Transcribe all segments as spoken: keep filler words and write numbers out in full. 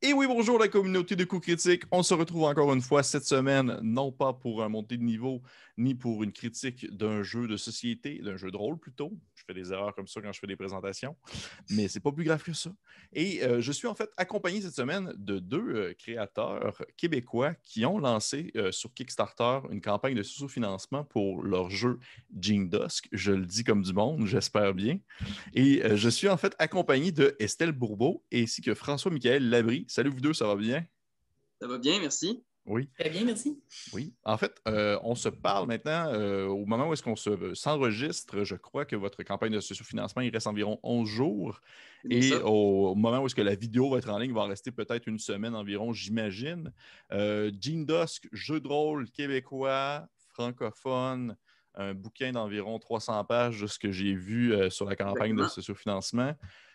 Et oui, bonjour la communauté de coups critiques. On se retrouve encore une fois cette semaine, non pas pour un montée de niveau, ni pour une critique d'un jeu de société, d'un jeu de rôle plutôt. Je fais des erreurs comme ça quand je fais des présentations, mais c'est pas plus grave que ça. Et euh, je suis en fait accompagné cette semaine de deux euh, créateurs québécois qui ont lancé euh, sur Kickstarter une campagne de sous-financement pour leur jeu Gene Dusk. Je le dis comme du monde, j'espère bien. Et euh, je suis en fait accompagné de Estelle Bourbeau ainsi que François-Michael Labrie. Salut vous deux, ça va bien? Ça va bien, merci. Oui. Très bien, merci. Oui. En fait, euh, on se parle maintenant euh, au moment où est-ce qu'on se, s'enregistre. Je crois que votre campagne de sous-financement, il reste environ onze jours. C'est bien Et ça. au, au moment où est-ce que la vidéo va être en ligne, il va en rester peut-être une semaine environ, j'imagine. Euh, Gene Dusk, jeu de rôle québécois, francophone, un bouquin d'environ trois cents pages de ce que j'ai vu euh, sur la campagne de Exactement. sous-financement.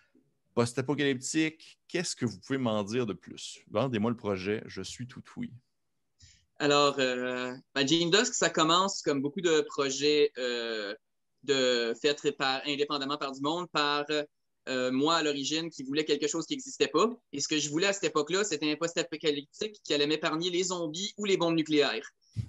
Post-apocalyptique, qu'est-ce que vous pouvez m'en dire de plus? Vendez-moi le projet, je suis tout oui. Alors, euh, ben, Gene Dusk, ça commence comme beaucoup de projets euh, de, faits par, indépendamment par du monde, par euh, moi à l'origine qui voulais quelque chose qui n'existait pas. Et ce que je voulais à cette époque-là, c'était un post-apocalyptique qui allait m'épargner les zombies ou les bombes nucléaires.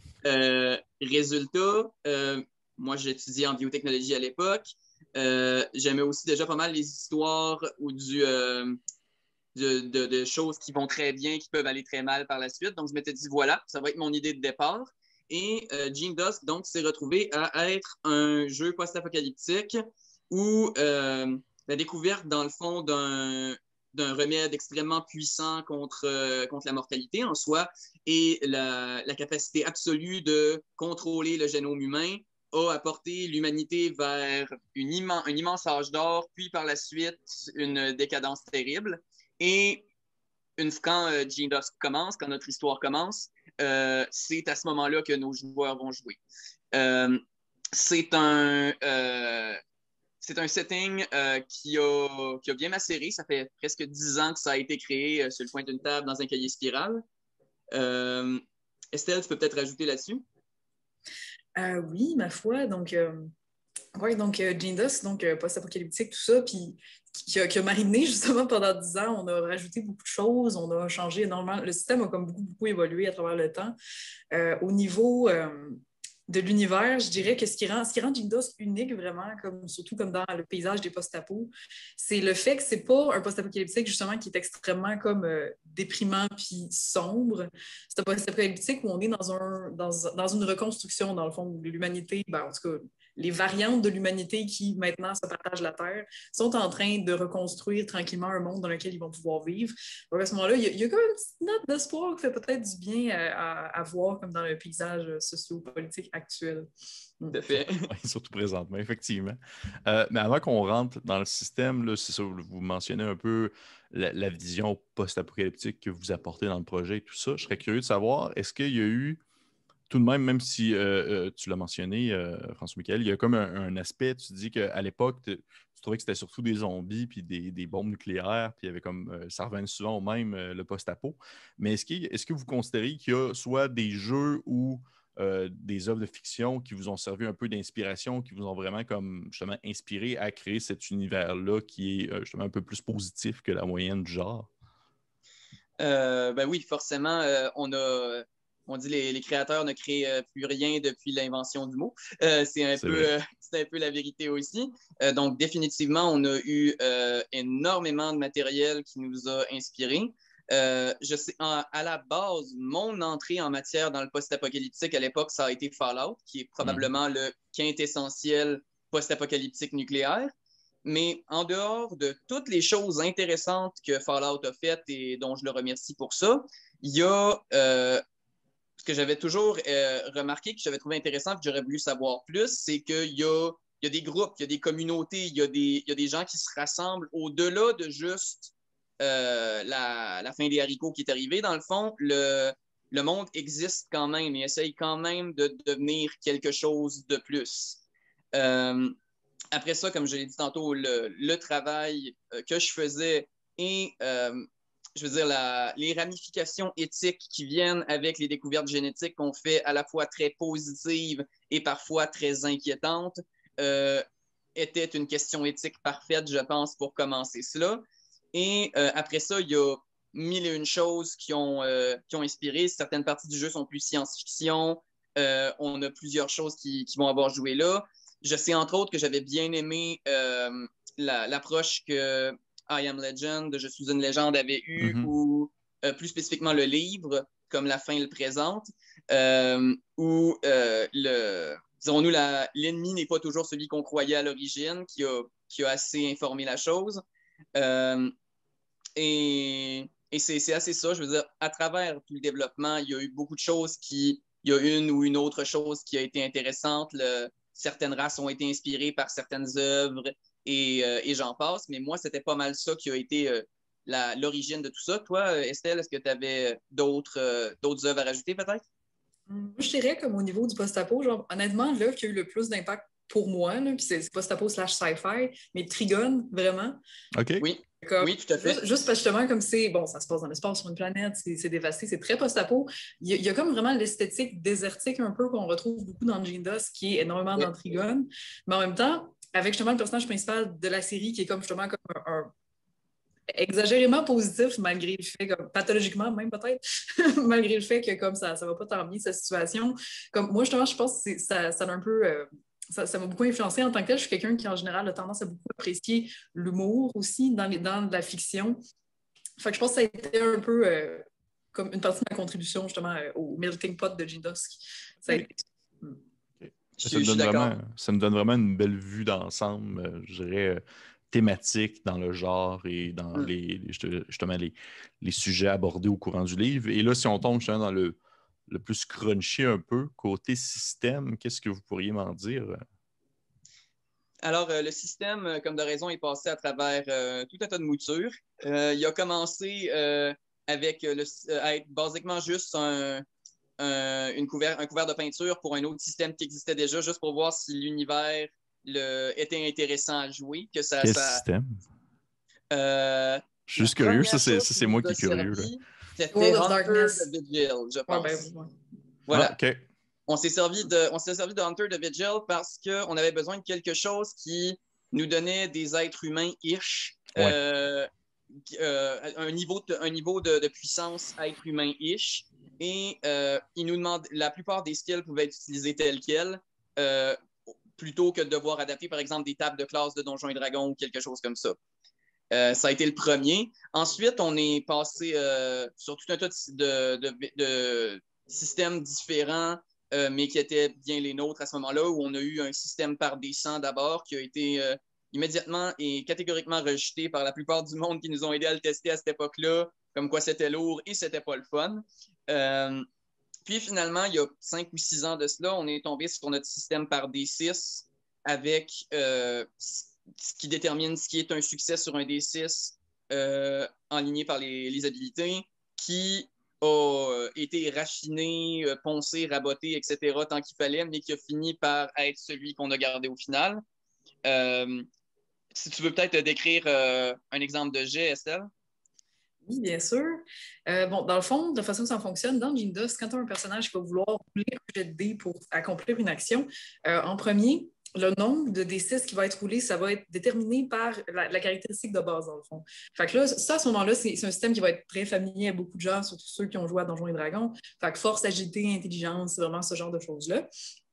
Euh, résultat, euh, moi j'étudiais en biotechnologie à l'époque. Euh, j'aimais aussi déjà pas mal les histoires ou du... Euh, De, de, de choses qui vont très bien, qui peuvent aller très mal par la suite. Donc, je m'étais dit, voilà, ça va être mon idée de départ. Et euh, Gene Dusk, donc, s'est retrouvé à être un jeu post-apocalyptique où euh, la découverte, dans le fond, d'un, d'un remède extrêmement puissant contre, euh, contre la mortalité en soi et la, la capacité absolue de contrôler le génome humain a apporté l'humanité vers une immen- un immense âge d'or, puis par la suite, une décadence terrible. Et une, quand euh, Gene Dusk commence, quand notre histoire commence, euh, c'est à ce moment-là que nos joueurs vont jouer. Euh, c'est un, euh, c'est un setting euh, qui, a, qui a bien macéré. Ça fait presque dix ans que ça a été créé euh, sur le coin d'une table dans un cahier spirale. Euh, Estelle, tu peux peut-être rajouter là-dessus? Euh, oui, ma foi. Donc, euh, ouais, donc euh, Gene Dusk, donc euh, post-apocalyptique, tout ça, puis qui a, qui a mariné justement pendant dix ans. On a rajouté beaucoup de choses, on a changé énormément. Le système a comme beaucoup, beaucoup évolué à travers le temps. Euh, au niveau euh, de l'univers, je dirais que ce qui rend, ce qui rend Gene Dusk unique vraiment, comme, surtout comme dans le paysage des post-apos, c'est le fait que c'est pas un post-apocalyptique justement qui est extrêmement comme euh, déprimant puis sombre. C'est un post-apocalyptique où on est dans, un, dans, dans une reconstruction, dans le fond, de l'humanité, ben, en tout cas, les variantes de l'humanité qui maintenant se partagent la Terre sont en train de reconstruire tranquillement un monde dans lequel ils vont pouvoir vivre. Donc à ce moment-là, il y a, il y a comme une petite note d'espoir qui fait peut-être du bien à, à, à voir comme dans le paysage socio-politique actuel. Tout à fait. Oui, surtout présentement, effectivement. Euh, mais avant qu'on rentre dans le système, là, c'est ça, vous mentionnez un peu la, la vision post-apocalyptique que vous apportez dans le projet et tout ça. Je serais curieux de savoir, est-ce qu'il y a eu, tout de même, même si euh, euh, tu l'as mentionné, euh, François-Michael, il y a comme un, un aspect, tu dis qu'à l'époque, tu trouvais que c'était surtout des zombies puis des, des bombes nucléaires, puis il y avait comme, euh, ça revenait souvent au même, euh, le post-apo. Mais est-ce, qu'il, est-ce que vous considérez qu'il y a soit des jeux ou euh, des œuvres de fiction qui vous ont servi un peu d'inspiration, qui vous ont vraiment comme justement inspiré à créer cet univers-là qui est euh, justement un peu plus positif que la moyenne du genre? Euh, ben oui, forcément, euh, on a, on dit les, les créateurs ne créent euh, plus rien depuis l'invention du mot. Euh, c'est un C'est peu, vrai. euh, c'est un peu la vérité aussi. Euh, donc définitivement, on a eu euh, énormément de matériel qui nous a inspirés. Euh, je sais, en, à la base, mon entrée en matière dans le post-apocalyptique à l'époque, ça a été Fallout, qui est Mm-hmm. probablement le quintessentiel post-apocalyptique nucléaire. Mais en dehors de toutes les choses intéressantes que Fallout a faites et dont je le remercie pour ça, il y a euh, ce que j'avais toujours euh, remarqué, que j'avais trouvé intéressant, que j'aurais voulu savoir plus, c'est qu'il y a, il y a des groupes, il y a des communautés, il y a des, il y a des gens qui se rassemblent au-delà de juste euh, la, la fin des haricots qui est arrivée. Dans le fond, le, le monde existe quand même et essaye quand même de devenir quelque chose de plus. Euh, Après ça, comme je l'ai dit tantôt, le, le travail euh, que je faisais et, euh, je veux dire, la, les ramifications éthiques qui viennent avec les découvertes génétiques qu'on fait à la fois très positives et parfois très inquiétantes, euh, était une question éthique parfaite, je pense, pour commencer cela. Et euh, après ça, il y a mille et une choses qui ont, euh, qui ont inspiré. Certaines parties du jeu sont plus science-fiction. Euh, on a plusieurs choses qui, qui vont avoir joué là. Je sais entre autres que j'avais bien aimé euh, la, l'approche que I Am Legend, Je suis une légende avait eue, Mm-hmm. ou euh, plus spécifiquement le livre, comme la fin le présente, euh, où euh, le, disons-nous, la, l'ennemi n'est pas toujours celui qu'on croyait à l'origine, qui a, qui a assez informé la chose. Euh, et et c'est, c'est assez ça, je veux dire, à travers tout le développement, il y a eu beaucoup de choses qui, il y a une ou une autre chose qui a été intéressante. Le, certaines races ont été inspirées par certaines œuvres et, euh, et j'en passe, mais moi, c'était pas mal ça qui a été euh, la, l'origine de tout ça. Toi, Estelle, est-ce que tu avais d'autres, euh, d'autres œuvres à rajouter peut-être? Moi, je dirais comme au niveau du post-apo, genre, honnêtement, l'œuvre qui a eu le plus d'impact pour moi, là, puis c'est, c'est post-apo slash sci-fi, mais Trigon, vraiment. OK. Oui, Comme, oui, tout à fait. Juste, juste parce que justement, comme c'est, bon, ça se passe dans l'espace sur une planète, c'est, c'est dévasté, c'est très post-apo. Il y, a, il y a comme vraiment l'esthétique désertique un peu qu'on retrouve beaucoup dans Gene Dusk, qui est énormément Oui. dans Trigon. Mais en même temps, avec justement le personnage principal de la série, qui est comme justement comme un, un exagérément positif, malgré le fait, comme, pathologiquement même peut-être, malgré le fait que comme ça ça va pas tant bien sa situation. Comme, moi, justement, je pense que c'est, ça, ça a un peu... Euh, Ça, ça m'a beaucoup influencé en tant que tel. Je suis quelqu'un qui, en général, a tendance à beaucoup apprécier l'humour aussi dans, les, dans la fiction. Fait que je pense que ça a été un peu euh, comme une partie de ma contribution, justement, euh, au melting pot de Gene Dusk. Ça a été... Okay. Je, Ça, me je suis donne d'accord. vraiment, ça me donne vraiment une belle vue d'ensemble, euh, je dirais, euh, thématique dans le genre et dans Mm. les, justement les, les sujets abordés au courant du livre. Et là, si on tombe justement dans le, le plus crunchy un peu, côté système, qu'est-ce que vous pourriez m'en dire? Alors, euh, le système, euh, comme de raison, est passé à travers euh, tout un tas de moutures. Euh, il a commencé euh, avec le, euh, à être basiquement juste un, un, une couvert, un couvert de peinture pour un autre système qui existait déjà, juste pour voir si l'univers le, était intéressant à jouer. Que ça, Quel ça, système? Euh, Je suis la juste curieux, ça première c'est, chose ça, qui c'est nous moi qui a est curieux. Là. servi, c'était World of Hunter Darkness. the Vigil, je Ouais, pense. ben, ouais. Voilà. Ah, OK. On s'est servi de, on s'est servi de Hunter the Vigil parce qu'on avait besoin de quelque chose qui nous donnait des êtres humains-ish, Ouais. euh, euh, un niveau, de, un niveau de, de puissance être humain-ish. Et euh, il nous demande, la plupart des skills pouvaient être utilisés tels quels, euh, plutôt que de devoir adapter, par exemple, des tables de classe de Donjons et Dragons ou quelque chose comme ça. Euh, ça a été le premier. Ensuite, on est passé euh, sur tout un tas de, de, de, de systèmes différents, euh, mais qui étaient bien les nôtres à ce moment-là, où on a eu un système par descent d'abord, qui a été euh, immédiatement et catégoriquement rejeté par la plupart du monde qui nous ont aidés à le tester à cette époque-là, comme quoi c'était lourd et c'était pas le fun. Euh, puis finalement, il y a cinq ou six ans de cela, on est tombé sur notre système par D six avec euh, ce qui détermine ce qui est un succès sur un D six euh, enligné par les, les habilités, qui a été raffiné, poncé, raboté, et cetera, tant qu'il fallait, mais qui a fini par être celui qu'on a gardé au final. Euh, si tu veux peut-être décrire euh, un exemple de jet, Estelle? Oui, bien sûr. Euh, bon, dans le fond, de la façon que ça fonctionne, dans Gene Dusk, quand tu as un personnage qui va vouloir rouler un jet de dés pour accomplir une action, euh, en premier, le nombre de D six qui va être roulé, ça va être déterminé par la, la caractéristique de base, dans le fond. Fait que là, ça, à ce moment-là, c'est, c'est un système qui va être très familier à beaucoup de gens, surtout ceux qui ont joué à Donjons et Dragons. Fait que force, agilité, intelligence, c'est vraiment ce genre de choses-là.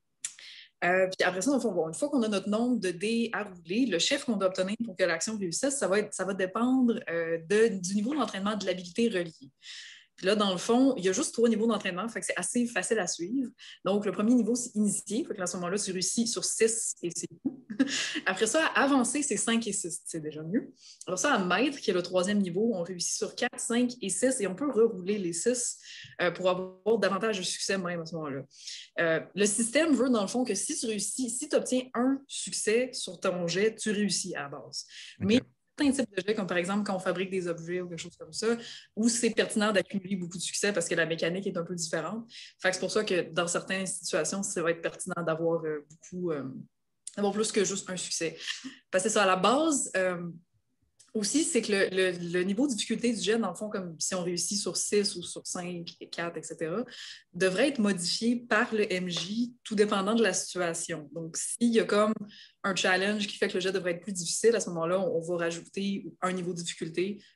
Euh, puis après ça, bon, une fois qu'on a notre nombre de dés à rouler, le chiffre qu'on doit obtenir pour que l'action réussisse, ça va, être, ça va dépendre euh, de, du niveau d'entraînement de l'habilité reliée. Puis là, dans le fond, il y a juste trois niveaux d'entraînement, fait que c'est assez facile à suivre. Donc, le premier niveau, c'est initié, fait que à ce moment-là, tu réussis sur six et c'est tout. Après ça, avancer, c'est cinq et six, c'est déjà mieux. Alors ça, à maître, qui est le troisième niveau, on réussit sur quatre, cinq et six et on peut rerouler les six euh, pour avoir davantage de succès même à ce moment-là. Euh, le système veut, dans le fond, que si tu réussis, si tu obtiens un succès sur ton jet, tu réussis à la base. Okay. Mais certains types de jets, comme par exemple quand on fabrique des objets ou quelque chose comme ça, où c'est pertinent d'accumuler beaucoup de succès parce que la mécanique est un peu différente. Fait que c'est pour ça que dans certaines situations, ça va être pertinent d'avoir euh, beaucoup... Euh, d'avoir plus que juste un succès. Parce que c'est ça, à la base, euh, aussi, c'est que le, le, le niveau de difficulté du jet, dans le fond, comme si on réussit sur six ou sur cinq, quatre, et cetera, devrait être modifié par le M J, tout dépendant de la situation. Donc, s'il y a comme un challenge qui fait que le jet devrait être plus difficile, à ce moment-là, on, on va rajouter un niveau de difficulté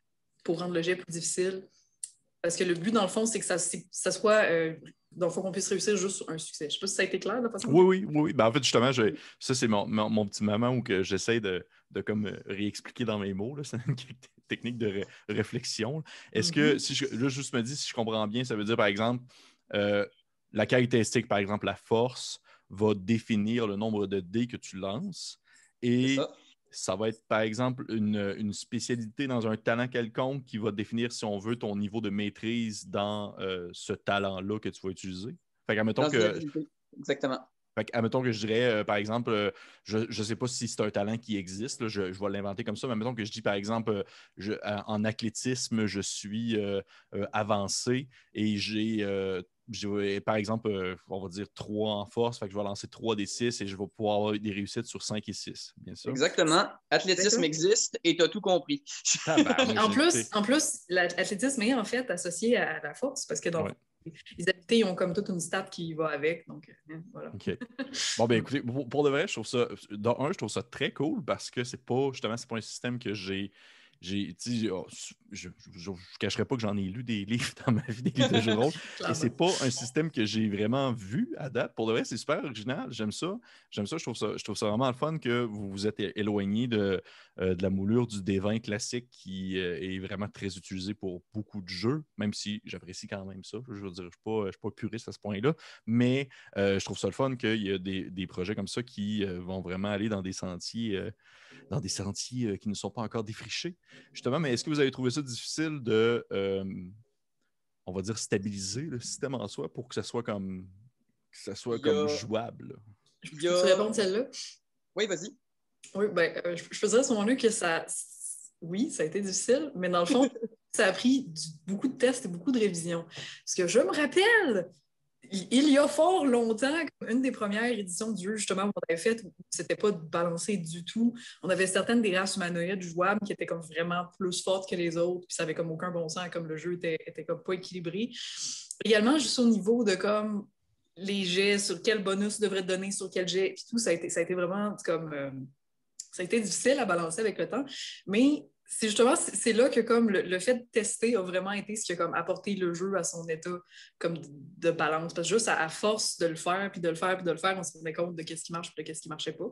pour rendre le jet plus difficile. Parce que le but, dans le fond, c'est que ça, c'est, ça soit... Euh, donc, il faut qu'on puisse réussir juste sur un succès. Je ne sais pas si ça a été clair, de façon. Oui, oui, oui. oui. Ben, en fait, justement, je, ça, c'est mon, mon, mon petit moment où que j'essaie de, de comme euh, réexpliquer dans mes mots. Là. C'est une technique de ré- réflexion. Là. Est-ce mm-hmm. que, si je, là, juste me dis, si je comprends bien, ça veut dire, par exemple, euh, la caractéristique, par exemple, la force, va définir le nombre de dés que tu lances. Et ça. ça va être, par exemple, une, une spécialité dans un talent quelconque qui va définir, si on veut, ton niveau de maîtrise dans euh, ce talent-là que tu vas utiliser. Fait qu'admettons que... Exactement. Fait qu'admettons que je dirais, euh, par exemple, euh, je ne sais pas si c'est un talent qui existe, là, je, je vais l'inventer comme ça, mais admettons que je dis, par exemple, euh, je, euh, en athlétisme, je suis euh, euh, avancé et j'ai, euh, j'ai par exemple, euh, on va dire trois en force, fait que je vais lancer trois des six et je vais pouvoir avoir des réussites sur cinq et six, bien sûr. Exactement. Athlétisme D'accord. existe et tu as tout compris. Ah, ben, en, plus, en plus, l'athlétisme est en fait associé à la force parce que dans ouais. les habiletés ont comme toute une stat qui va avec. Donc, voilà. OK. Bon, ben écoutez, pour, pour de vrai, je trouve ça, dans un, je trouve ça très cool parce que c'est pas, justement, c'est pas un système que j'ai. J'ai, oh, je ne cacherai pas que j'en ai lu des livres dans ma vie, des livres de jeux de rôle. Et c'est pas un système que j'ai vraiment vu à date. Pour de vrai, c'est super original. J'aime ça. J'aime ça. Je trouve ça, je trouve ça vraiment le fun que vous vous êtes éloigné de, euh, de la moulure du D vingt classique qui euh, est vraiment très utilisé pour beaucoup de jeux, même si j'apprécie quand même ça. Je veux dire, je ne suis pas, je suis pas puriste à ce point-là. Mais euh, je trouve ça le fun qu'il y a des, des projets comme ça qui euh, vont vraiment aller dans des sentiers. Euh, dans des sentiers euh, qui ne sont pas encore défrichés. Justement, mais est-ce que vous avez trouvé ça difficile de, euh, on va dire, stabiliser le système en soi pour que ça soit comme, que ça soit comme jouable? Je peux te répondre celle-là? Oui, vas-y. Oui, ben, euh, je, je peux dire à ce moment-là que ça, oui, ça a été difficile, mais dans le fond, ça a pris du, beaucoup de tests et beaucoup de révisions. Parce que je me rappelle, il y a fort longtemps, une des premières éditions du jeu, justement, qu'on avait faite, où c'était pas balancé du tout. On avait certaines des races humanoïdes jouables qui étaient comme vraiment plus fortes que les autres, puis ça avait comme aucun bon sens, comme le jeu était, était comme pas équilibré. Également, juste au niveau de comme les jets, sur quel bonus devrait te donner, sur quel jet, puis tout, ça a été, ça a été vraiment comme... Euh, ça a été difficile à balancer avec le temps, mais c'est justement, c'est là que comme le, le fait de tester a vraiment été ce qui a comme apporté le jeu à son état comme de, de balance. Parce que juste à, à force de le faire, puis de le faire, puis de le faire, on se rendait compte de qu'est-ce qui marche et de qu'est-ce qui ne marchait pas.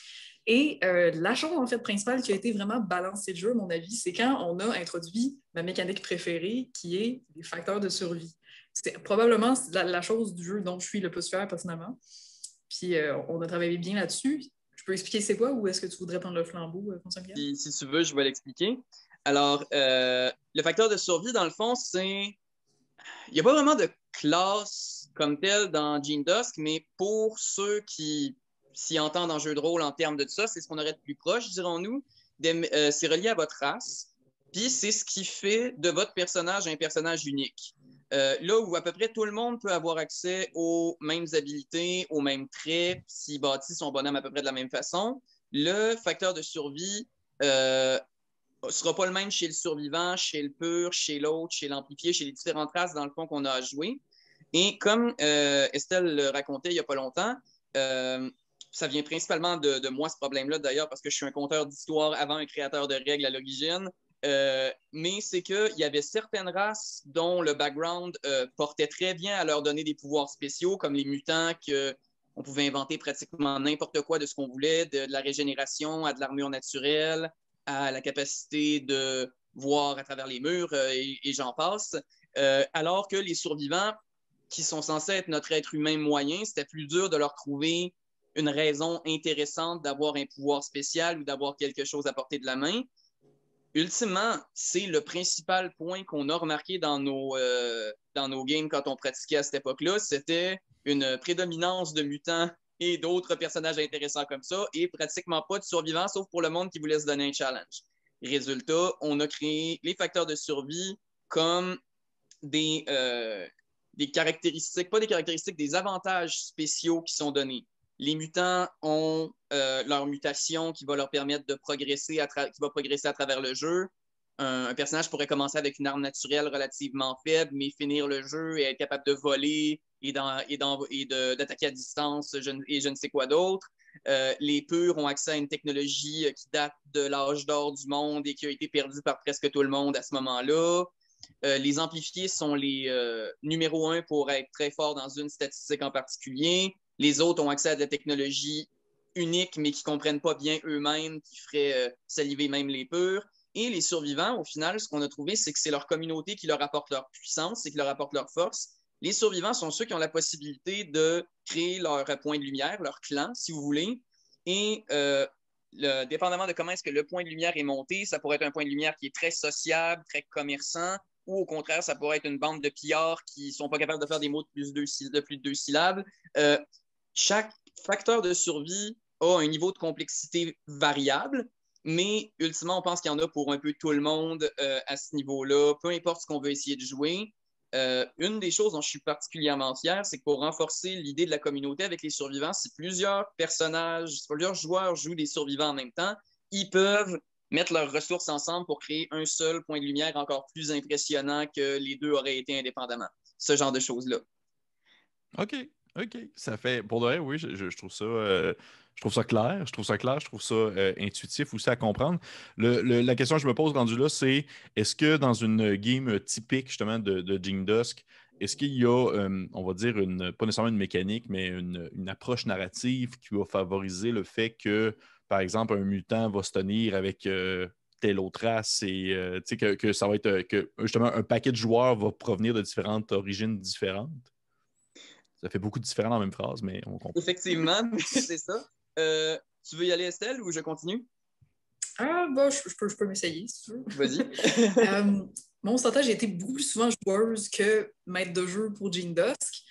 Et euh, la chose en fait principale qui a été vraiment balancée le jeu, à mon avis, c'est quand on a introduit ma mécanique préférée, qui est les facteurs de survie. C'est probablement la, la chose du jeu dont je suis le plus fière personnellement. Puis euh, on a travaillé bien là-dessus. Je peux expliquer c'est quoi ou est-ce que tu voudrais prendre le flambeau, François Miguel? Si, si tu veux, je vais l'expliquer. Alors, euh, le facteur de survie, dans le fond, c'est... Il n'y a pas vraiment de classe comme telle dans Gene Dusk, mais pour ceux qui s'y entendent en jeu de rôle en termes de ça, c'est ce qu'on aurait de plus proche, dirons-nous. Euh, c'est relié à votre race, puis c'est ce qui fait de votre personnage un personnage unique. Euh, là où à peu près tout le monde peut avoir accès aux mêmes habilités, aux mêmes traits, s'il bâtit son bonhomme à peu près de la même façon, le facteur de survie euh, ne sera pas le même chez le survivant, chez le pur, chez l'autre, chez l'amplifié, chez les différentes races dans le fond qu'on a à jouer. Et comme euh, Estelle le racontait il n'y a pas longtemps, euh, ça vient principalement de, de moi ce problème-là d'ailleurs parce que je suis un conteur d'histoire avant un créateur de règles à l'origine. Euh, mais c'est qu'il y avait certaines races dont le background euh, portait très bien à leur donner des pouvoirs spéciaux, comme les mutants, qu'on pouvait inventer pratiquement n'importe quoi de ce qu'on voulait, de, de la régénération à de l'armure naturelle, à la capacité de voir à travers les murs euh, et, et j'en passe. Euh, alors que les survivants, qui sont censés être notre être humain moyen, c'était plus dur de leur trouver une raison intéressante d'avoir un pouvoir spécial ou d'avoir quelque chose à portée de la main. Ultimement, c'est le principal point qu'on a remarqué dans nos, euh, dans nos games quand on pratiquait à cette époque-là, c'était une prédominance de mutants et d'autres personnages intéressants comme ça et pratiquement pas de survivants, sauf pour le monde qui voulait se donner un challenge. Résultat, on a créé les facteurs de survie comme des, euh, des caractéristiques, pas des caractéristiques, des avantages spéciaux qui sont donnés. Les mutants ont euh, leur mutation qui va leur permettre de progresser, à tra- qui va progresser à travers le jeu. Un, un personnage pourrait commencer avec une arme naturelle relativement faible, mais finir le jeu et être capable de voler et, dans, et, dans, et de, d'attaquer à distance je, et je ne sais quoi d'autre. Euh, les purs ont accès à une technologie qui date de l'âge d'or du monde et qui a été perdue par presque tout le monde à ce moment-là. Euh, les amplifiés sont les euh, numéro un pour être très forts dans une statistique en particulier. Les autres ont accès à de la technologie unique, mais qui ne comprennent pas bien eux-mêmes, qui feraient euh, saliver même les purs. Et les survivants, au final, ce qu'on a trouvé, c'est que c'est leur communauté qui leur apporte leur puissance et qui leur apporte leur force. Les survivants sont ceux qui ont la possibilité de créer leur point de lumière, leur clan, si vous voulez. Et euh, le, dépendamment de comment est-ce que le point de lumière est monté, ça pourrait être un point de lumière qui est très sociable, très commerçant, ou au contraire, ça pourrait être une bande de pillards qui ne sont pas capables de faire des mots de plus de deux, de plus de deux syllabes. Euh, chaque facteur de survie a un niveau de complexité variable, mais ultimement, on pense qu'il y en a pour un peu tout le monde euh, à ce niveau-là, peu importe ce qu'on veut essayer de jouer. Euh, une des choses dont je suis particulièrement fier, c'est que pour renforcer l'idée de la communauté avec les survivants, si plusieurs personnages, si plusieurs joueurs jouent des survivants en même temps, ils peuvent mettre leurs ressources ensemble pour créer un seul point de lumière encore plus impressionnant que les deux auraient été indépendamment. Ce genre de choses-là. OK. OK. Ça fait. Pour de vrai, oui, je, je, je trouve ça. Euh, je trouve ça clair. Je trouve ça clair. Je trouve ça euh, intuitif aussi à comprendre. Le, le, la question que je me pose rendu là, c'est est-ce que dans une game typique, justement, de, de Jing Dusk, est-ce qu'il y a, euh, on va dire, une, pas nécessairement une mécanique, mais une, une approche narrative qui va favoriser le fait que, par exemple, un mutant va se tenir avec euh, telle autre race et euh, que, que ça va être que justement un paquet de joueurs va provenir de différentes origines différentes? Ça fait beaucoup de différents dans la même phrase, mais on comprend. Effectivement, c'est ça. Euh, tu veux y aller, Estelle, ou je continue? Ah, bah, je, je peux, je peux m'essayer, si tu veux. Vas-y. euh, mon s'entend, j'ai été beaucoup plus souvent joueuse que maître de jeu pour Jing Dusk.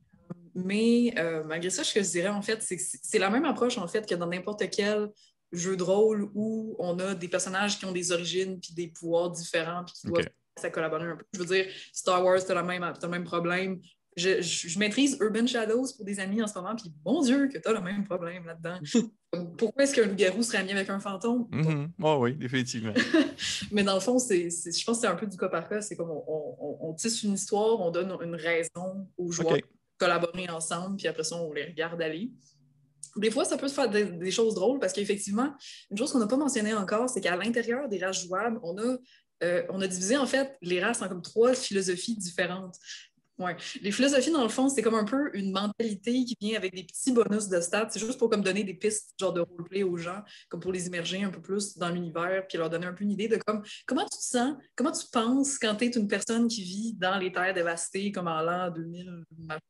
Mais euh, malgré ça, ce que je dirais, en fait, c'est que c'est la même approche, en fait, que dans n'importe quel jeu de rôle où on a des personnages qui ont des origines puis des pouvoirs différents puis qui doivent okay. collaborer un peu. Je veux dire, Star Wars, t'as, la même, t'as le même problème. Je, je, je maîtrise Urban Shadows pour des amis en ce moment, puis bon Dieu que t'as le même problème là-dedans. Pourquoi est-ce qu'un loup-garou serait ami avec un fantôme? Mm-hmm. Oh oui, définitivement. Mais dans le fond, c'est, c'est, je pense que c'est un peu du cas par cas. C'est comme on, on, on tisse une histoire, on donne une raison aux joueurs okay. de collaborer ensemble, puis après ça, on les regarde aller. Des fois, ça peut se faire des, des choses drôles parce qu'effectivement, une chose qu'on n'a pas mentionnée encore, c'est qu'à l'intérieur des races jouables, on a, euh, on a divisé en fait les races en comme trois philosophies différentes. Ouais. Les philosophies, dans le fond, c'est comme un peu une mentalité qui vient avec des petits bonus de stats. C'est juste pour comme donner des pistes genre de roleplay aux gens, comme pour les immerger un peu plus dans l'univers, puis leur donner un peu une idée de comme comment tu te sens, comment tu penses quand tu es une personne qui vit dans les terres dévastées, comme en l'an deux mille.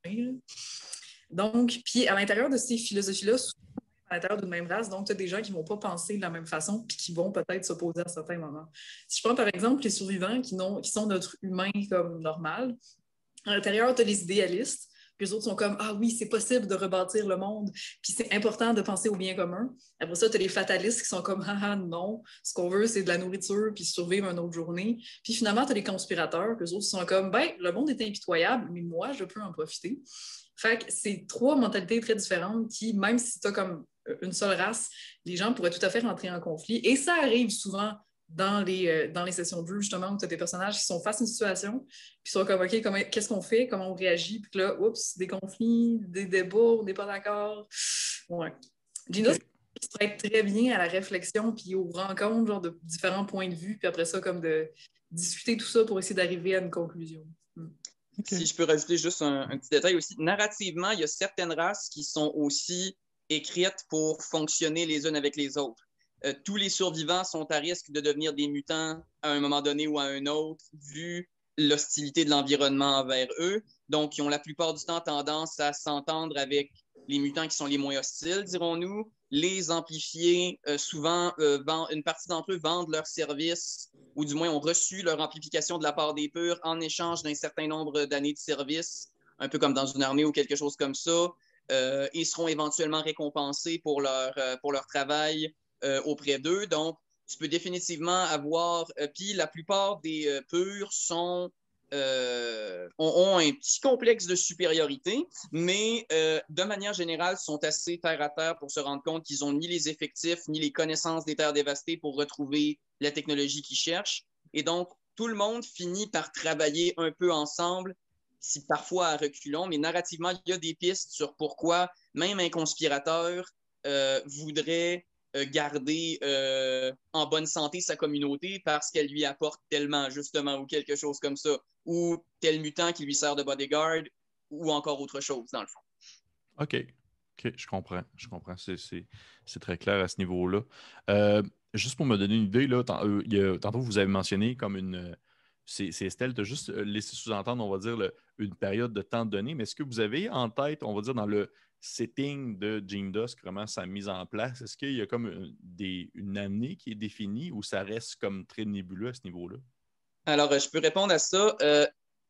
Donc, puis à l'intérieur de ces philosophies-là, à l'intérieur d'une même race, donc tu as des gens qui ne vont pas penser de la même façon, puis qui vont peut-être s'opposer à certains moments. Si je prends par exemple les survivants qui, qui sont notre humain comme normal, à l'intérieur, tu as les idéalistes, puis les autres sont comme « Ah oui, c'est possible de rebâtir le monde, puis c'est important de penser au bien commun. » Après ça, tu as les fatalistes qui sont comme « Ah ah, non, ce qu'on veut, c'est de la nourriture, puis survivre une autre journée. » Puis finalement, tu as les conspirateurs, puis les autres sont comme « Ben, le monde est impitoyable, mais moi, je peux en profiter. » Fait que c'est trois mentalités très différentes qui, même si tu as comme une seule race, les gens pourraient tout à fait rentrer en conflit. Et ça arrive souvent dans les, euh, dans les sessions de jeu, justement, où tu as des personnages qui sont face à une situation, puis sont comme, OK, comment, qu'est-ce qu'on fait, comment on réagit, puis là, oups, des conflits, des débats, on n'est pas d'accord. Ouais. Gina, okay. Ça pourrait être très bien à la réflexion, puis aux rencontres, genre, de différents points de vue, puis après ça, comme de discuter tout ça pour essayer d'arriver à une conclusion. Hmm. Okay. Si je peux rajouter juste un, un petit détail aussi, narrativement, il y a certaines races qui sont aussi écrites pour fonctionner les unes avec les autres. Euh, tous les survivants sont à risque de devenir des mutants à un moment donné ou à un autre, vu l'hostilité de l'environnement envers eux. Donc, ils ont la plupart du temps tendance à s'entendre avec les mutants qui sont les moins hostiles, dirons-nous. Les amplifiés, euh, souvent, euh, vendent, une partie d'entre eux vendent leurs services, ou du moins ont reçu leur amplification de la part des purs en échange d'un certain nombre d'années de service, un peu comme dans une armée ou quelque chose comme ça, euh, et seront éventuellement récompensés pour leur, euh, pour leur travail Euh, auprès d'eux. Donc, tu peux définitivement avoir... Euh, puis la plupart des euh, purs sont, euh, ont, ont un petit complexe de supériorité, mais euh, de manière générale, sont assez terre-à-terre pour se rendre compte qu'ils n'ont ni les effectifs, ni les connaissances des terres dévastées pour retrouver la technologie qu'ils cherchent. Et donc, tout le monde finit par travailler un peu ensemble, si parfois à reculons, mais narrativement, il y a des pistes sur pourquoi même un conspirateur euh, voudrait euh, garder euh, en bonne santé sa communauté parce qu'elle lui apporte tellement, justement, ou quelque chose comme ça, ou tel mutant qui lui sert de bodyguard, ou encore autre chose, dans le fond. OK. OK, je comprends. Je comprends. C'est, c'est, c'est très clair à ce niveau-là. Euh, juste pour me donner une idée, là, tant- euh, il y a- tantôt, vous avez mentionné comme une. euh, C'est, c'est Estelle, tu as juste euh, laissé sous-entendre, on va dire, le- une période de temps donné, mais est-ce que vous avez en tête, on va dire, dans le setting de Gene Dusk, vraiment sa mise en place, est-ce qu'il y a comme une, des, une année qui est définie ou ça reste comme très nébuleux à ce niveau-là? Alors, euh, je peux répondre à ça. Euh,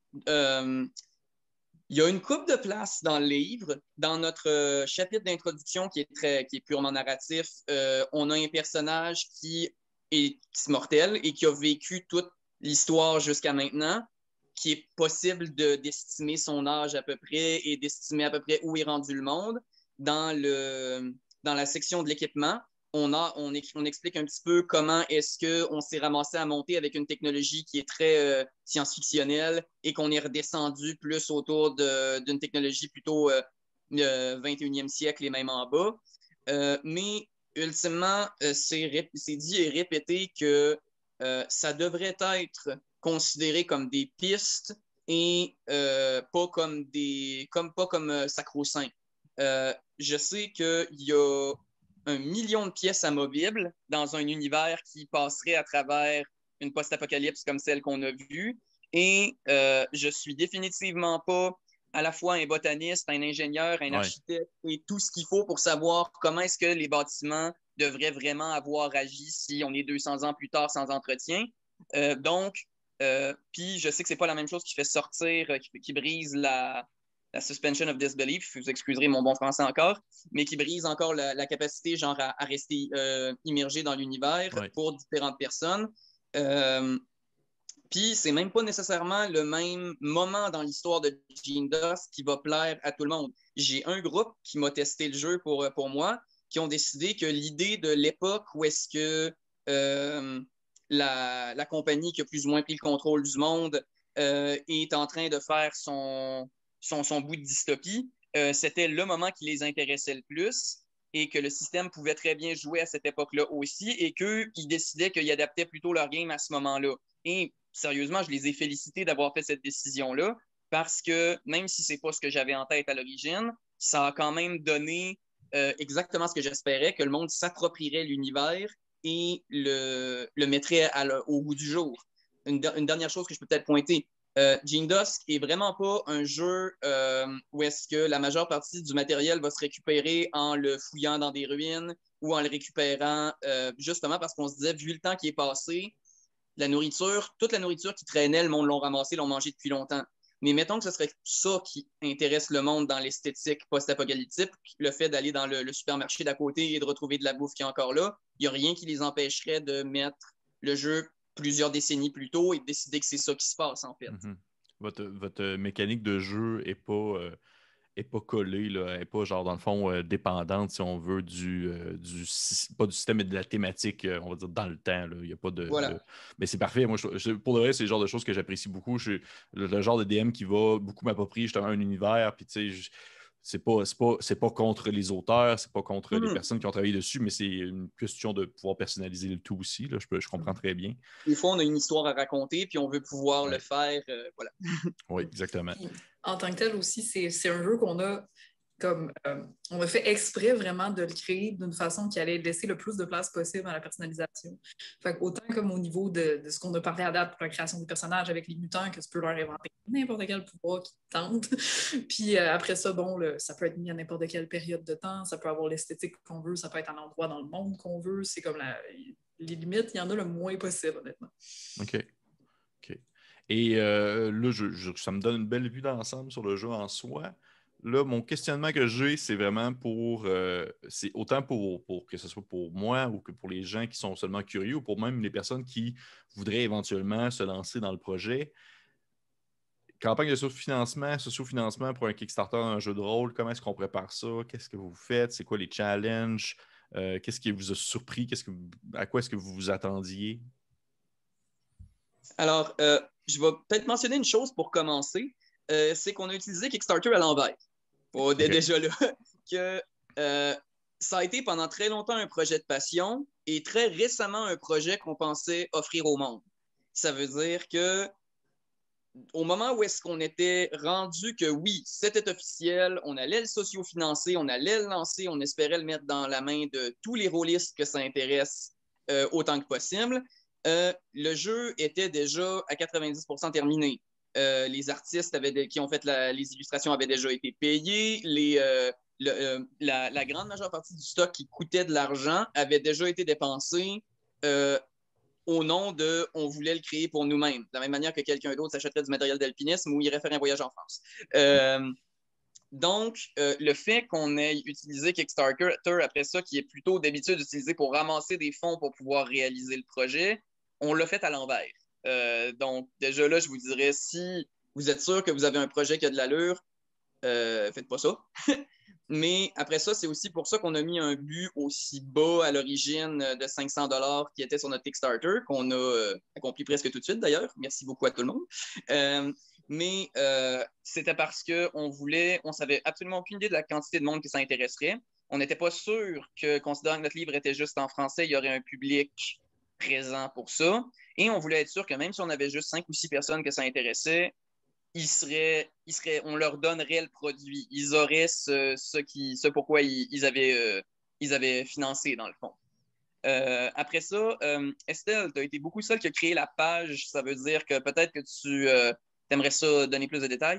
euh, Il y a une coupe de place dans le livre. Dans notre euh, chapitre d'introduction qui est très, qui est purement narratif, euh, on a un personnage qui est mortel et qui a vécu toute l'histoire jusqu'à maintenant, qui est possible de, d'estimer son âge à peu près et d'estimer à peu près où est rendu le monde. Dans, le, dans la section de l'équipement, on, a, on, écrit, on explique un petit peu comment est-ce qu'on s'est ramassé à monter avec une technologie qui est très euh, science-fictionnelle et qu'on est redescendu plus autour de, d'une technologie plutôt euh, euh, vingt et unième siècle et même en bas. Euh, mais ultimement, euh, c'est, ré- c'est dit et répété que euh, ça devrait être considéré comme des pistes et euh, pas comme des comme pas comme euh, sacro-saint. Euh, je sais qu'il y a un million de pièces amovibles dans un univers qui passerait à travers une post-apocalypse comme celle qu'on a vue. Et euh, je suis définitivement pas à la fois un botaniste, un ingénieur, un Ouais. architecte et tout ce qu'il faut pour savoir comment est-ce que les bâtiments devraient vraiment avoir agi si on est deux cents ans plus tard sans entretien. Euh, donc, euh, puis je sais que c'est pas la même chose qui fait sortir, qui, qui brise la, la suspension of disbelief, vous excuserez mon bon français encore, mais qui brise encore la, la capacité genre à, à rester euh, immergé dans l'univers Ouais. pour différentes personnes. Euh, Puis c'est même pas nécessairement le même moment dans l'histoire de Gene Dusk qui va plaire à tout le monde. J'ai un groupe qui m'a testé le jeu pour, pour moi, qui ont décidé que l'idée de l'époque où est-ce que euh, la, la compagnie qui a plus ou moins pris le contrôle du monde euh, est en train de faire son, son, son bout de dystopie, euh, c'était le moment qui les intéressait le plus et que le système pouvait très bien jouer à cette époque-là aussi et qu'ils décidaient qu'ils adaptaient plutôt leur game à ce moment-là. Et sérieusement, je les ai félicités d'avoir fait cette décision-là parce que même si c'est pas ce que j'avais en tête à l'origine, ça a quand même donné euh, exactement ce que j'espérais, que le monde s'approprierait l'univers et le, le mettrait à le, au goût du jour. Une, une, dernière chose que je peux peut-être pointer, euh, Gene Dusk est vraiment pas un jeu euh, où est-ce que la majeure partie du matériel va se récupérer en le fouillant dans des ruines ou en le récupérant euh, justement parce qu'on se disait, vu le temps qui est passé, la nourriture, toute la nourriture qui traînait, le monde l'ont ramassé, l'ont mangé depuis longtemps. Mais mettons que ce serait ça qui intéresse le monde dans l'esthétique post-apocalyptique, le fait d'aller dans le, le supermarché d'à côté et de retrouver de la bouffe qui est encore là. Il n'y a rien qui les empêcherait de mettre le jeu plusieurs décennies plus tôt et de décider que c'est ça qui se passe, en fait. Mm-hmm. Votre, votre mécanique de jeu n'est pas, euh, est pas collée, là, elle n'est pas, genre, dans le fond, euh, dépendante, si on veut, du, euh, du, pas du système, mais de la thématique, euh, on va dire, dans le temps. Là. Il y a pas de, Voilà. de... Mais c'est parfait. Moi, je, je, pour le vrai, c'est le genre de choses que j'apprécie beaucoup. Je suis le, le genre de D M qui va beaucoup m'approprier justement un univers, puis tu sais, je- c'est pas, c'est pas, c'est pas contre les auteurs, c'est pas contre les Mm-hmm. personnes qui ont travaillé dessus, mais c'est une question de pouvoir personnaliser le tout aussi. Là. Je, peux, je comprends très bien. Des fois, on a une histoire à raconter, puis on veut pouvoir Ouais. le faire. Euh, voilà. Oui, exactement. Puis, en tant que tel aussi, c'est, c'est un jeu qu'on a comme euh, on a fait exprès vraiment de le créer d'une façon qui allait laisser le plus de place possible à la personnalisation. Fait autant comme au niveau de, de ce qu'on a parlé à date pour la création des personnages avec les mutants, que tu peux leur inventer n'importe quel pouvoir qui te tente. Puis euh, après ça, bon, le, ça peut être mis à n'importe quelle période de temps, ça peut avoir l'esthétique qu'on veut, ça peut être un endroit dans le monde qu'on veut. C'est comme la, les limites, il y en a le moins possible, honnêtement. OK. OK. Et euh, là, je, je, ça me donne une belle vue d'ensemble sur le jeu en soi. Là, mon questionnement que j'ai, c'est vraiment pour, euh, c'est autant pour, pour que ce soit pour moi ou que pour les gens qui sont seulement curieux ou pour même les personnes qui voudraient éventuellement se lancer dans le projet. Campagne de sociofinancement, sociofinancement pour un Kickstarter, un jeu de rôle, comment est-ce qu'on prépare ça? Qu'est-ce que vous faites? C'est quoi les challenges? Euh, qu'est-ce qui vous a surpris? Qu'est-ce que, à quoi est-ce que vous vous attendiez? Alors, euh, je vais peut-être mentionner une chose pour commencer. Euh, c'est qu'on a utilisé Kickstarter à l'envers. Oh, okay. Déjà là, que euh, ça a été pendant très longtemps un projet de passion et très récemment un projet qu'on pensait offrir au monde. Ça veut dire que au moment où est-ce qu'on était rendu que oui, c'était officiel, on allait le socio-financer, on allait le lancer, on espérait le mettre dans la main de tous les rôlistes que ça intéresse euh, autant que possible, euh, le jeu était déjà à quatre-vingt-dix pour cent terminé. Euh, les artistes avaient de, qui ont fait la, les illustrations avaient déjà été payés, les, euh, le, euh, la, la grande majeure partie du stock qui coûtait de l'argent avait déjà été dépensé euh, au nom de « on voulait le créer pour nous-mêmes », de la même manière que quelqu'un d'autre s'achèterait du matériel d'alpinisme ou irait faire un voyage en France. Euh, donc, euh, le fait qu'on ait utilisé Kickstarter après ça, qui est plutôt d'habitude utilisé pour ramasser des fonds pour pouvoir réaliser le projet, on l'a fait à l'envers. Euh, donc, déjà là, je vous dirais, si vous êtes sûr que vous avez un projet qui a de l'allure, euh, faites pas ça. Mais après ça, c'est aussi pour ça qu'on a mis un but aussi bas à l'origine de cinq cents dollars qui était sur notre Kickstarter, qu'on a euh, accompli presque tout de suite d'ailleurs. Merci beaucoup à tout le monde. Euh, mais euh, c'était parce qu'on voulait, on savait absolument aucune idée de la quantité de monde qui s'intéresserait. On n'était pas sûr que, considérant que notre livre était juste en français, il y aurait un public présent pour ça. Et on voulait être sûr que même si on avait juste cinq ou six personnes que ça intéressait, Ils seraient, ils seraient, on leur donnerait le produit. Ils auraient ce, ce, qui, ce pourquoi ils, ils, avaient, euh, ils avaient financé, dans le fond. Euh, après ça, euh, Estelle, tu as été beaucoup seule qui a créé la page. Ça veut dire que peut-être que tu euh, aimerais ça donner plus de détails?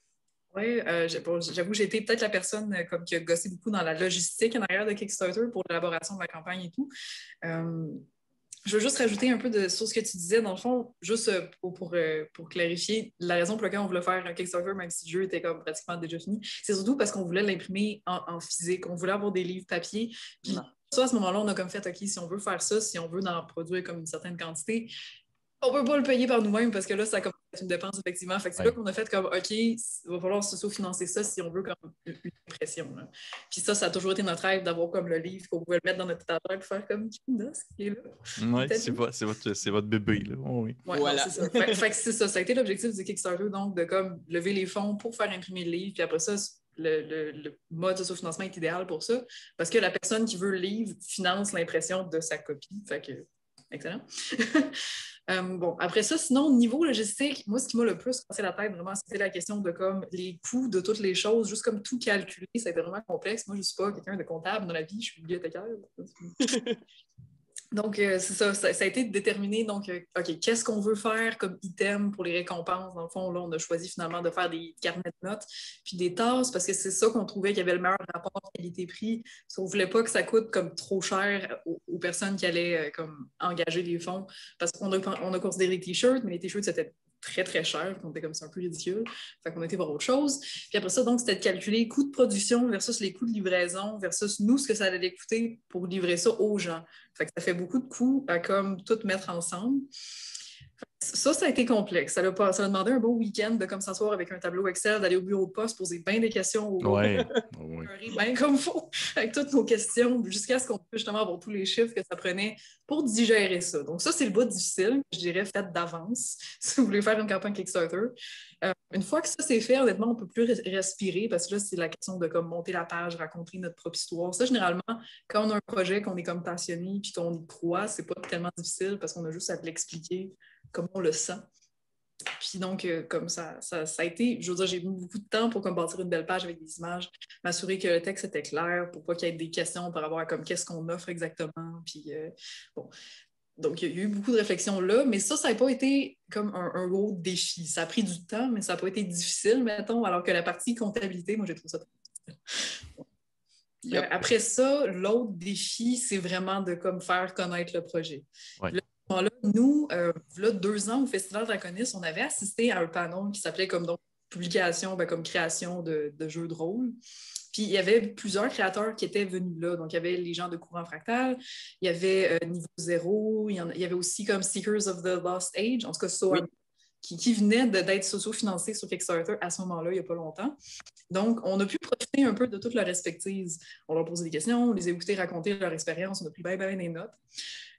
Oui, euh, j'avoue, j'ai été peut-être la personne euh, comme, qui a gossé beaucoup dans la logistique en arrière de Kickstarter pour l'élaboration de la campagne et tout. Euh, Je veux juste rajouter un peu de, sur ce que tu disais, dans le fond, juste pour, pour, pour clarifier, la raison pour laquelle on voulait faire un Kickstarter, même si le jeu était comme pratiquement déjà fini, c'est surtout parce qu'on voulait l'imprimer en, en physique. On voulait avoir des livres papier. Puis non. Ça, à ce moment-là, on a comme fait, OK, si on veut faire ça, si on veut en produire comme une certaine quantité, on peut pas le payer par nous-mêmes parce que là, ça commence à être une dépense, effectivement. Fait que c'est ouais. là qu'on a fait comme, OK, il va falloir socio-financer ça si on veut comme une impression. Là. Puis ça, ça a toujours été notre rêve d'avoir comme le livre qu'on pouvait le mettre dans notre étagère et faire comme Kindos qui est là. Oui, c'est, c'est, votre, c'est votre bébé, là. Oh, oui. Ouais, voilà. Non, c'est ça. Fait, fait que c'est ça. Ça a été l'objectif du Kickstarter, donc, de comme lever les fonds pour faire imprimer le livre. Puis après ça, le, le, le mode de socio-financement est idéal pour ça parce que la personne qui veut le livre finance l'impression de sa copie. Fait que, excellent. Euh, bon, après ça, sinon, niveau logistique, moi, ce qui m'a le plus cassé la tête, vraiment, c'était la question de comme les coûts de toutes les choses, juste comme tout calculer, ça a été vraiment complexe. Moi, je ne suis pas quelqu'un de comptable dans la vie, je suis bibliothécaire. Donc, euh, c'est ça, ça, ça a été déterminé. Donc, euh, OK, qu'est-ce qu'on veut faire comme item pour les récompenses? Dans le fond, là, on a choisi finalement de faire des carnets de notes puis des tasses parce que c'est ça qu'on trouvait qu'il y avait le meilleur rapport qualité-prix. Parce qu'on ne voulait pas que ça coûte comme trop cher aux, aux personnes qui allaient euh, comme engager les fonds. Parce qu'on a, on a considéré les t-shirts, mais les t-shirts, c'était très, très cher. On était comme ça un peu ridicule. Fait qu'on était voir autre chose. Puis après ça, donc, c'était de calculer coûts de production versus les coûts de livraison versus nous, ce que ça allait coûter pour livrer ça aux gens. Fait que ça fait beaucoup de coûts à comme tout mettre ensemble. Ça, ça a été complexe. Ça a, pas, ça a demandé un beau week-end de comme s'asseoir avec un tableau Excel, d'aller au bureau de poste, poser bien des questions au ouais, ouais. bien comme il faut, avec toutes nos questions, jusqu'à ce qu'on puisse justement avoir tous les chiffres que ça prenait pour digérer ça. Donc ça, c'est le bout difficile, je dirais, fait d'avance, si vous voulez faire une campagne Kickstarter. Euh, une fois que ça c'est fait, honnêtement, on ne peut plus respirer, parce que là, c'est la question de comme, monter la page, raconter notre propre histoire. Ça, généralement, quand on a un projet, qu'on est comme passionné, puis qu'on y croit, c'est pas tellement difficile, parce qu'on a juste à l'expliquer comme on le sent. Puis donc, euh, comme ça, ça, ça a été, je veux dire, j'ai mis beaucoup de temps pour comme, bâtir une belle page avec des images, m'assurer que le texte était clair, pour pas qu'il y ait des questions par rapport à comme, qu'est-ce qu'on offre exactement. Puis, euh, bon. Donc, il y a eu beaucoup de réflexions là, mais ça, ça n'a pas été comme un, un gros défi. Ça a pris du temps, mais ça n'a pas été difficile, mettons, alors que la partie comptabilité, moi, j'ai trouvé ça très difficile. Yep. Euh, après ça, l'autre défi, c'est vraiment de comme, faire connaître le projet. Ouais. Là, Là, nous, euh, là, deux ans au Festival Draconis, on avait assisté à un panel qui s'appelait comme donc publication, ben, comme création de, de jeux de rôle. Puis il y avait plusieurs créateurs qui étaient venus là. Donc, il y avait les gens de Courant Fractal, il y avait euh, Niveau Zéro, il y, en, il y avait aussi comme Seekers of the Lost Age, en tout cas, so, oui. qui, qui venait de, d'être socio-financés sur Kickstarter à ce moment-là, il n'y a pas longtemps. Donc, on a pu profiter un peu de toutes leurs expertises. On leur posait des questions, on les a écoutés raconter leur expérience, on a pris bien, bien des notes.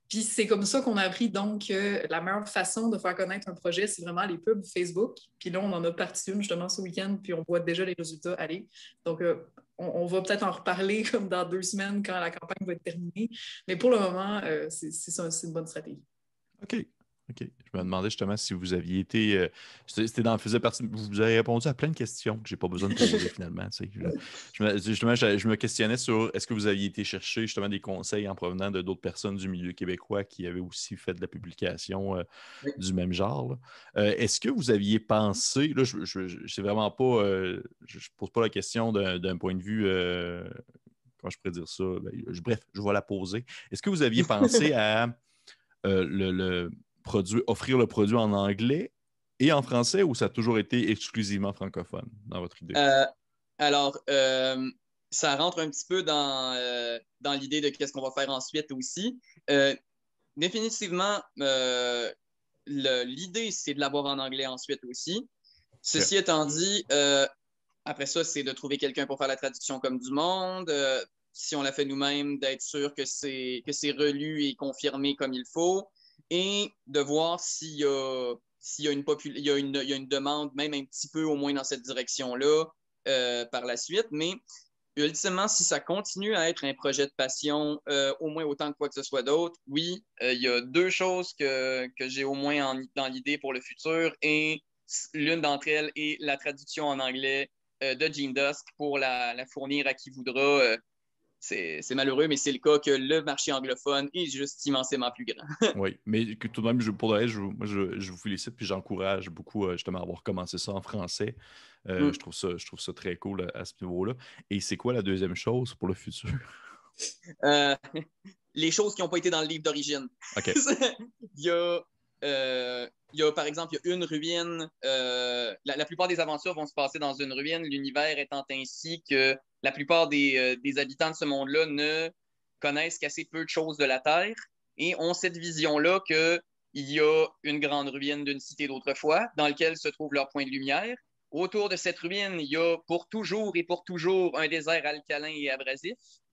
Puis c'est comme ça qu'on a appris donc que la meilleure façon de faire connaître un projet, c'est vraiment les pubs Facebook. Puis là, on en a parti une justement ce week-end, puis on voit déjà les résultats aller. Donc, euh, on, on va peut-être en reparler comme dans deux semaines quand la campagne va être terminée. Mais pour le moment, euh, c'est, c'est, ça, c'est une bonne stratégie. OK. OK. Je me demandais justement si vous aviez été. Euh, c'était dans, faisait partie, vous avez répondu à plein de questions que je n'ai pas besoin de poser finalement. Tu sais. je, je, me, justement, je, je me questionnais sur est-ce que vous aviez été chercher justement des conseils en provenant de d'autres personnes du milieu québécois qui avaient aussi fait de la publication euh, oui. du même genre. Euh, est-ce que vous aviez pensé, là, je ne sais vraiment pas, euh, je ne pose pas la question d'un, d'un point de vue. Euh, comment je pourrais dire ça? Ben, je, bref, je vais la poser. Est-ce que vous aviez pensé à euh, le. le Produit, offrir le produit en anglais et en français ou ça a toujours été exclusivement francophone dans votre idée? Euh, alors, euh, ça rentre un petit peu dans, euh, dans l'idée de qu'est-ce qu'on va faire ensuite aussi. Euh, définitivement, euh, le, l'idée, c'est de l'avoir en anglais ensuite aussi. Ceci yeah. étant dit, euh, après ça, c'est de trouver quelqu'un pour faire la traduction comme du monde. Euh, si on la fait nous-mêmes, d'être sûr que c'est, que c'est relu et confirmé comme il faut. Et de voir s'il y a, s'il y a, une, popul- il y a, une, il y a une demande, même un petit peu au moins dans cette direction-là, euh, par la suite. Mais ultimement, si ça continue à être un projet de passion, euh, au moins autant que quoi que ce soit d'autre, oui, euh, il y a deux choses que, que j'ai au moins en, dans l'idée pour le futur. Et l'une d'entre elles est la traduction en anglais euh, de Gene Dusk pour la, la fournir à qui voudra. Euh, C'est, c'est malheureux, mais c'est le cas que le marché anglophone est juste immensément plus grand. Oui, mais que tout de même, je, pour le reste, je, moi, je, je vous félicite puis j'encourage beaucoup euh, justement à avoir commencé ça en français. Euh, mm. je, trouve ça, je trouve ça très cool à, à ce niveau-là. Et c'est quoi la deuxième chose pour le futur? euh, les choses qui n'ont pas été dans le livre d'origine. OK. il, y a, euh, il y a, par exemple, il y a une ruine. Euh, la, la plupart des aventures vont se passer dans une ruine, l'univers étant ainsi que la plupart des, euh, des habitants de ce monde-là ne connaissent qu'assez peu de choses de la Terre et ont cette vision-là qu'il y a une grande ruine d'une cité d'autrefois dans laquelle se trouve leur point de lumière. Autour de cette ruine, il y a pour toujours et pour toujours un désert alcalin et abrasif.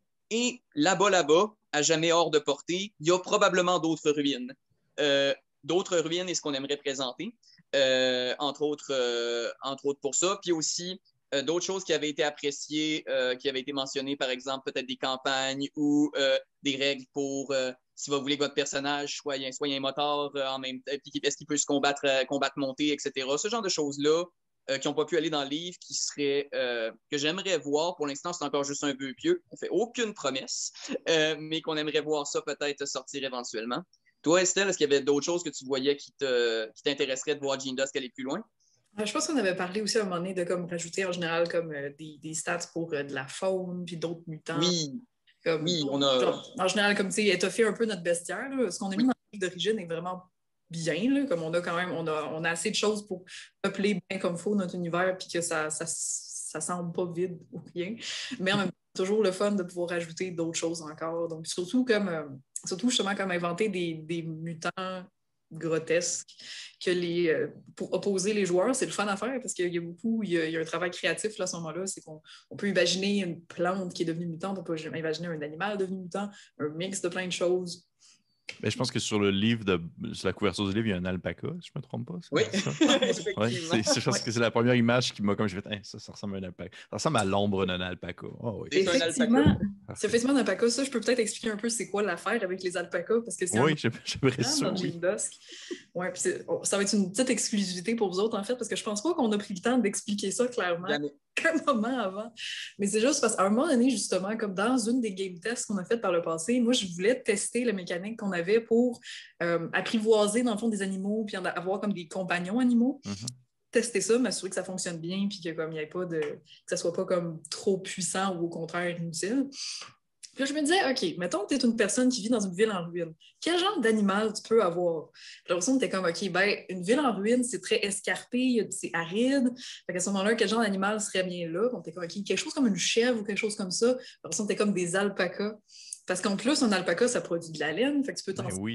Et là-bas, là-bas, à jamais hors de portée, il y a probablement d'autres ruines. Euh, d'autres ruines est ce qu'on aimerait présenter, euh, entre, autres, euh, entre autres pour ça. Puis aussi, Euh, d'autres choses qui avaient été appréciées, euh, qui avaient été mentionnées, par exemple, peut-être des campagnes ou euh, des règles pour, euh, si vous voulez que votre personnage soit, soit un motard euh, en même temps, est-ce qu'il peut se combattre, euh, combattre monter, et cetera. Ce genre de choses-là euh, qui n'ont pas pu aller dans le livre, qui seraient, euh, que j'aimerais voir. Pour l'instant, c'est encore juste un vœu pieux. On ne fait aucune promesse, euh, mais qu'on aimerait voir ça peut-être sortir éventuellement. Toi, Estelle, est-ce qu'il y avait d'autres choses que tu voyais qui, te, qui t'intéresseraient de voir Gene Dusk aller plus loin? Je pense qu'on avait parlé aussi à un moment donné de comme rajouter en général comme euh, des, des stats pour euh, de la faune puis d'autres mutants. Oui, comme, oui, on a... Genre, en général, comme tu sais, étoffer un peu notre bestiaire. Là. Ce qu'on a oui. mis dans le livre d'origine est vraiment bien. Là, comme on a quand même, on a, on a assez de choses pour peupler bien comme il faut notre univers puis que ça, ça, ça semble pas vide ou rien. Mais en même temps, c'est toujours le fun de pouvoir rajouter d'autres choses encore. Donc, surtout comme, euh, surtout justement comme inventer des, des mutants grotesque que les, euh, pour opposer les joueurs, c'est le fun à faire parce qu'il y a beaucoup, il y a, il y a un travail créatif là, à ce moment-là, c'est qu'on on peut imaginer une plante qui est devenue mutante, on peut imaginer un animal devenu mutant, un mix de plein de choses. Mais je pense que sur le livre, de, sur la couverture du livre, il y a un alpaca, si je ne me trompe pas. Oui, ouais, c'est, c'est, je pense ouais. que c'est la première image qui m'a comme je fait, hey, ça, ça ressemble à un alpaca. Ça ressemble à l'ombre d'un alpaca. Oh, oui. Effectivement, c'est effectivement un alpaca. Ça, je peux peut-être expliquer un peu c'est quoi l'affaire avec les alpacas parce que c'est oui, un... j'aimerais ça. Dans oui. Gene Dusk. Ouais, puis c'est... ça va être une petite exclusivité pour vous autres en fait parce que je pense pas qu'on a pris le temps d'expliquer ça clairement. Jamais. Un moment avant. Mais c'est juste parce qu'à un moment donné, justement, comme dans une des game tests qu'on a faites par le passé, moi, je voulais tester la mécanique qu'on avait pour euh, apprivoiser, dans le fond, des animaux puis avoir comme des compagnons animaux. Mm-hmm. Tester ça, m'assurer que ça fonctionne bien puis que comme il y ait pas de... que ça soit pas comme trop puissant ou au contraire inutile. Puis là, je me disais, OK, mettons que tu es une personne qui vit dans une ville en ruine. Quel genre d'animal tu peux avoir? Puis là, on était comme, OK, ben, une ville en ruine, c'est très escarpé, c'est aride. Fait qu'à ce moment-là, quel genre d'animal serait bien là? On était comme, OK, quelque chose comme une chèvre ou quelque chose comme ça. Puis on était comme des alpacas. Parce qu'en plus, un alpaca, ça produit de la laine. Fait que tu peux t'en ben oui.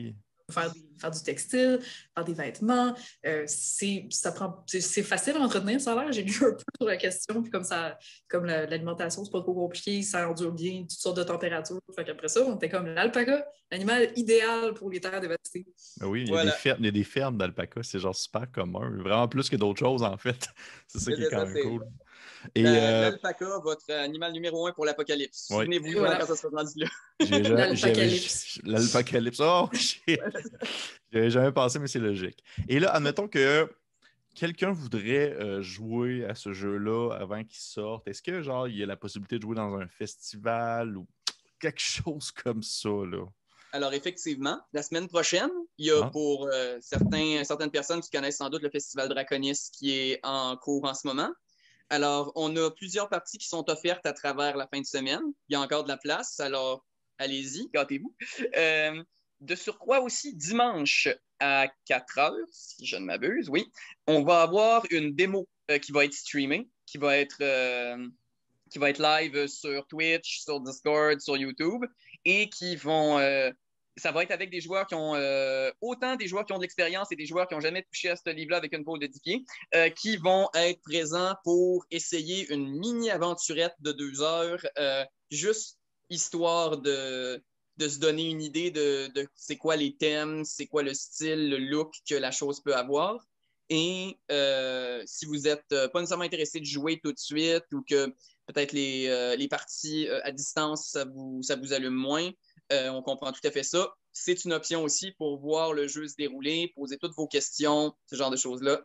faire, des, faire du textile, faire des vêtements. Euh, c'est, ça prend, c'est, c'est facile à entretenir, ça a l'air. J'ai lu un peu sur la question, puis comme, ça, comme la, l'alimentation, c'est pas trop compliqué, ça endure bien toutes sortes de températures. Fait qu'après ça, on était comme l'alpaca, l'animal idéal pour les terres dévastées. Ben oui, il y, a Voilà. des fermes, il y a des fermes d'alpaca, c'est genre super commun. Vraiment plus que d'autres choses, en fait. C'est ça qui est quand même cool. Et euh... L'alpaca, votre animal numéro un pour l'apocalypse. Oui. Souvenez-vous voilà. Quand ça sera rendu là. L'alpacalypse. L'alpacalypse. Oh, shit! J'avais jamais pensé, mais c'est logique. Et là, admettons que quelqu'un voudrait euh, jouer à ce jeu-là avant qu'il sorte. Est-ce que, genre, il y a la possibilité de jouer dans un festival ou quelque chose comme ça, là? Alors, effectivement, la semaine prochaine, il y a ah. pour euh, certains, certaines personnes qui connaissent sans doute le Festival Draconis qui est en cours en ce moment. Alors, on a plusieurs parties qui sont offertes à travers la fin de semaine. Il y a encore de la place, alors allez-y, gâtez-vous. Euh, de surcroît aussi, dimanche à quatre heures, si je ne m'abuse, oui, on va avoir une démo euh, qui va être streamée, qui va être, euh, qui va être live sur Twitch, sur Discord, sur YouTube, et qui vont... Euh, ça va être avec des joueurs qui ont euh, autant des joueurs qui ont de l'expérience et des joueurs qui n'ont jamais touché à ce livre-là avec une pôle de dix pieds, euh, qui vont être présents pour essayer une mini-aventurette de deux heures, euh, juste histoire de, de se donner une idée de, de c'est quoi les thèmes, c'est quoi le style, le look que la chose peut avoir. Et euh, si vous n'êtes pas nécessairement intéressé de jouer tout de suite ou que peut-être les, euh, les parties euh, à distance, ça vous, ça vous allume moins, Euh, on comprend tout à fait ça. C'est une option aussi pour voir le jeu se dérouler, poser toutes vos questions, ce genre de choses-là.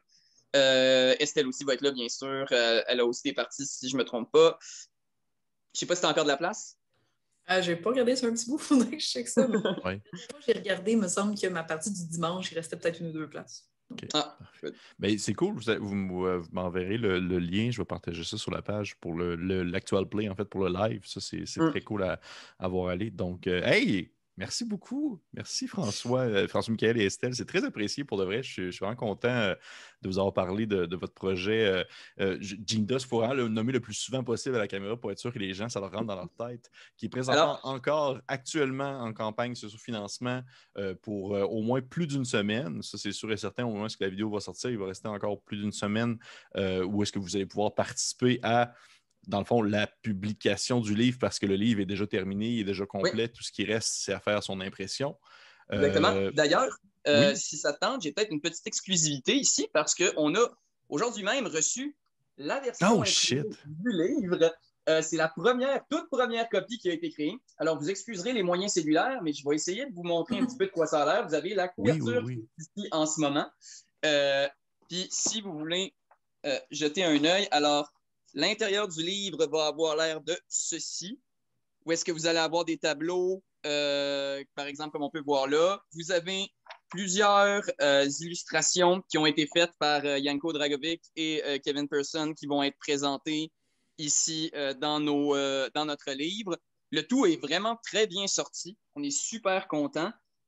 Euh, Estelle aussi va être là, bien sûr. Euh, elle a aussi des parties, si je ne me trompe pas. Je ne sais pas si tu as encore de la place. Ah, j'ai pas regardé sur un petit bout, il faudrait que je check ça. Mais... ouais. J'ai regardé, il me semble que ma partie du dimanche, il restait peut-être une ou deux places. Okay. Ah, ben, c'est cool, vous, vous, vous m'enverrez le, le lien, je vais partager ça sur la page pour le, le, l'actual play, en fait, pour le live. Ça, c'est, c'est mm. très cool à, à voir aller. Donc, euh, hey! Merci beaucoup. Merci François, euh, François-Michael et Estelle. C'est très apprécié pour de vrai. Je suis, je suis vraiment content euh, de vous avoir parlé de, de votre projet. Euh, euh, Jindos, il faut vraiment le nommer le plus souvent possible à la caméra pour être sûr que les gens, ça leur rentre dans leur tête. Qui est présentement Alors, encore actuellement en campagne sur sous-financement euh, pour euh, au moins plus d'une semaine. Ça, c'est sûr et certain. Au moment où la vidéo va sortir, il va rester encore plus d'une semaine euh, où est-ce que vous allez pouvoir participer à... dans le fond, la publication du livre, parce que le livre est déjà terminé, il est déjà complet. Oui. Tout ce qui reste, c'est à faire son impression. Exactement. Euh... D'ailleurs, euh, oui. si ça te tente, j'ai peut-être une petite exclusivité ici, parce qu'on a aujourd'hui même reçu la version oh, shit. du livre. Euh, c'est la première, toute première copie qui a été créée. Alors, vous excuserez les moyens cellulaires, mais je vais essayer de vous montrer un petit peu de quoi ça a l'air. Vous avez la couverture oui, oui, oui. ici en ce moment. Euh, puis, si vous voulez euh, jeter un œil, alors... l'intérieur du livre va avoir l'air de ceci, où est-ce que vous allez avoir des tableaux, euh, par exemple, comme on peut voir là. Vous avez plusieurs euh, illustrations qui ont été faites par euh, Janko Dragovic et euh, Kevin Person qui vont être présentées ici euh, dans, nos, euh, dans notre livre. Le tout est vraiment très bien sorti. On est super contents.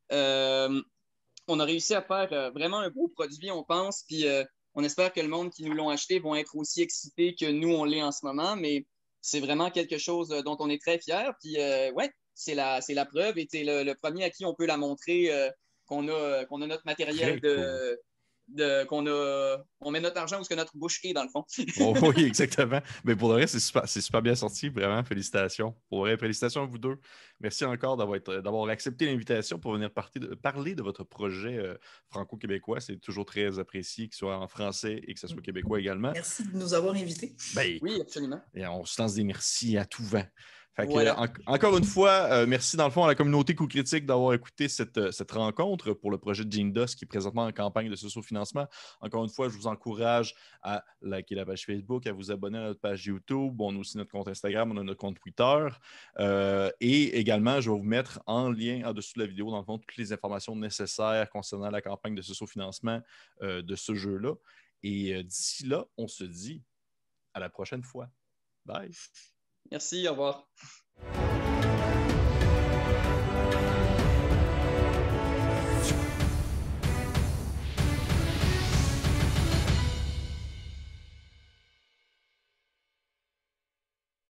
Euh, on a réussi à faire euh, vraiment un beau produit, on pense, puis... Euh, on espère que le monde qui nous l'ont acheté vont être aussi excités que nous, on l'est en ce moment, mais c'est vraiment quelque chose dont on est très fiers. Puis, euh, ouais, c'est la, c'est la preuve et c'est le, le premier à qui on peut la montrer euh, qu'on a, qu'on a notre matériel de, cool. de, qu'on a, on met notre argent où ce que notre bouche est, dans le fond. Oh, oui, exactement. Mais pour le reste, c'est super, c'est super bien sorti. Vraiment, félicitations. Pour vrai, félicitations à vous deux. Merci encore d'avoir, été, d'avoir accepté l'invitation pour venir de, parler de votre projet euh, franco-québécois. C'est toujours très apprécié, qu'il soit en français et que ce soit québécois également. Merci de nous avoir invités. Ben, oui, absolument. Et on se lance des merci à tout vent. Fait que, voilà. euh, en, encore une fois, euh, merci dans le fond à la communauté Coup Critique d'avoir écouté cette, cette rencontre pour le projet de Jindos qui est présentement en campagne de socio-financement. Encore une fois, je vous encourage à liker la page Facebook, à vous abonner à notre page YouTube. On a aussi notre compte Instagram, on a notre compte Twitter. Euh, et également, je vais vous mettre en lien en dessous de la vidéo, dans le fond, toutes les informations nécessaires concernant la campagne de socio-financement euh, de ce jeu-là. Et euh, d'ici là, on se dit à la prochaine fois. Bye! Merci, au revoir.